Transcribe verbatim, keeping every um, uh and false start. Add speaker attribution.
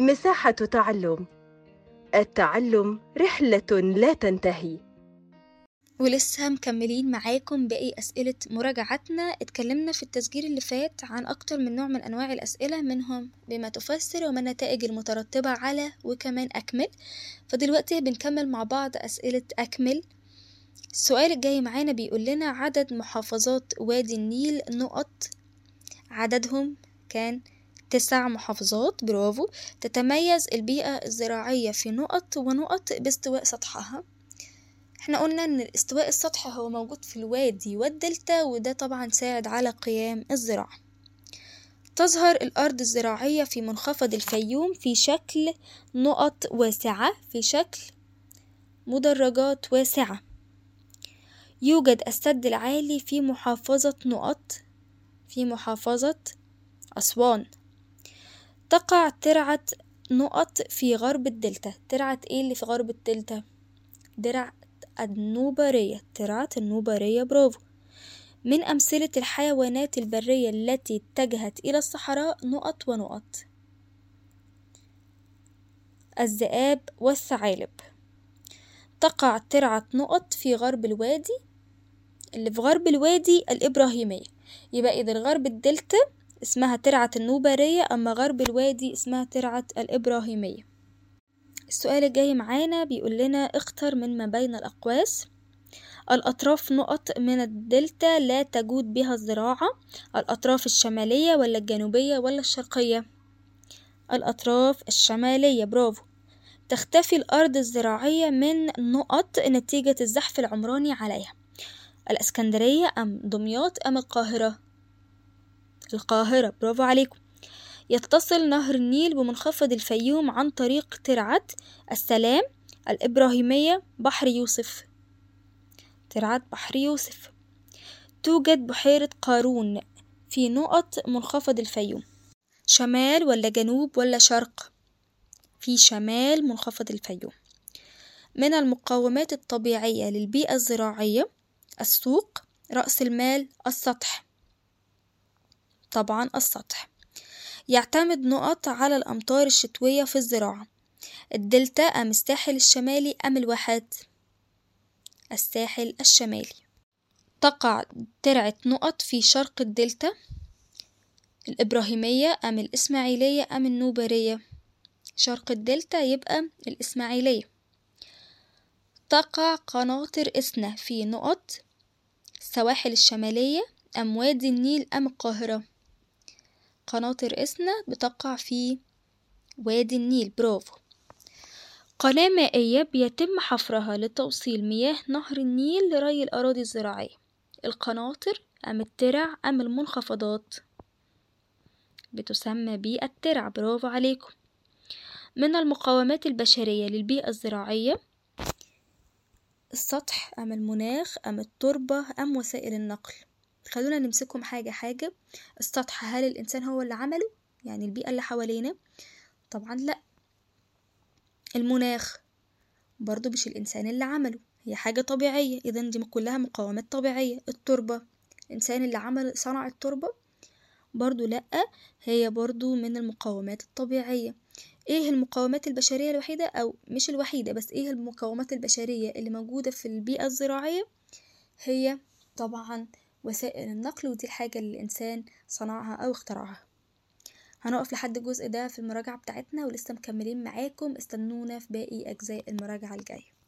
Speaker 1: مساحة تعلم. التعلم رحلة لا تنتهي.
Speaker 2: ولسه مكملين معاكم باقي أسئلة مراجعتنا. اتكلمنا في التسجيل اللي فات عن أكتر من نوع من أنواع الأسئلة، منهم بما تفسر وما النتائج المترتبة على وكمان أكمل. فدلوقتي بنكمل مع بعض أسئلة أكمل. السؤال الجاي معانا بيقول لنا عدد محافظات وادي النيل نقط. عددهم كان تسع محافظات، برافو. تتميز البيئة الزراعية في نقط ونقط باستواء سطحها. احنا قلنا ان الاستواء السطحي هو موجود في الوادي والدلتا، وده طبعا ساعد على قيام الزراعة. تظهر الأرض الزراعية في منخفض الفيوم في شكل نقط واسعة، في شكل مدرجات واسعة. يوجد السد العالي في محافظة نقط، في محافظة أسوان. تقع ترعة نقط في غرب الدلتا. ترعة ايه اللي في غرب الدلتا؟ درع النوبرية، ترعة النوبرية، برافو. من أمثلة الحيوانات البرية التي اتجهت إلى الصحراء نقط ونقط. الذئاب والثعالب. تقع ترعة نقط في غرب الوادي، اللي في غرب الوادي الإبراهيمية. يبقى إذا غرب الدلتا اسمها ترعة النوبرية، أما غرب الوادي اسمها ترعة الإبراهيمية. السؤال الجاي معانا بيقول لنا اختر من ما بين الأقواس. الأطراف نقط من الدلتا لا تجود بها الزراعة. الأطراف الشمالية ولا الجنوبية ولا الشرقية؟ الأطراف الشمالية، برافو. تختفي الأرض الزراعية من نقط نتيجة الزحف العمراني عليها. الإسكندرية أم دمياط أم القاهرة؟ القاهرة، برافو عليكم. يتصل نهر النيل بمنخفض الفيوم عن طريق ترعة السلام، الإبراهيمية، بحر يوسف. ترعة بحر يوسف. توجد بحيرة قارون في نقط منخفض الفيوم. شمال ولا جنوب ولا شرق؟ في شمال منخفض الفيوم. من المقومات الطبيعية للبيئة الزراعية السوق، رأس المال، السطح. طبعا السطح. يعتمد نقط على الأمطار الشتوية في الزراعة. الدلتا أم الساحل الشمالي أم الواحات؟ الساحل الشمالي. تقع ترعة نقط في شرق الدلتا. الإبراهيمية أم الإسماعيلية أم النوبرية؟ شرق الدلتا، يبقى الإسماعيلية. تقع قناطر إسنا في نقط. السواحل الشمالية أم وادي النيل أم القاهرة؟ قناطر إسنا بتقع في وادي النيل، برافو. قناة مائية بيتم حفرها لتوصيل مياه نهر النيل لري الأراضي الزراعية. القناطر أم الترع أم المنخفضات؟ بتسمى بالترع، برافو عليكم. من المقومات البشرية للبيئة الزراعية السطح أم المناخ أم التربة أم وسائل النقل؟ خلونا نمسكهم حاجة حاجة. السطح، هل الإنسان هو اللي عمله؟ يعني البيئة اللي حوالينا؟ طبعا لا. المناخ برضو مش الإنسان اللي عمله، هي حاجة طبيعية، إذن دي كلها مقومات طبيعية. التربة، الإنسان اللي عمل صنع التربة؟ برضو لأ، هي برضو من المقومات الطبيعية. ايه المقومات البشرية الوحيدة، او مش الوحيدة بس ايه المقومات البشرية اللي موجودة في البيئة الزراعية؟ هي طبعا وسائل النقل، ودي الحاجة اللي الانسان صنعها او اخترعها. هنقف لحد الجزء ده في المراجعة بتاعتنا، ولسه مكملين معاكم. استنونا في باقي اجزاء المراجعة الجاية.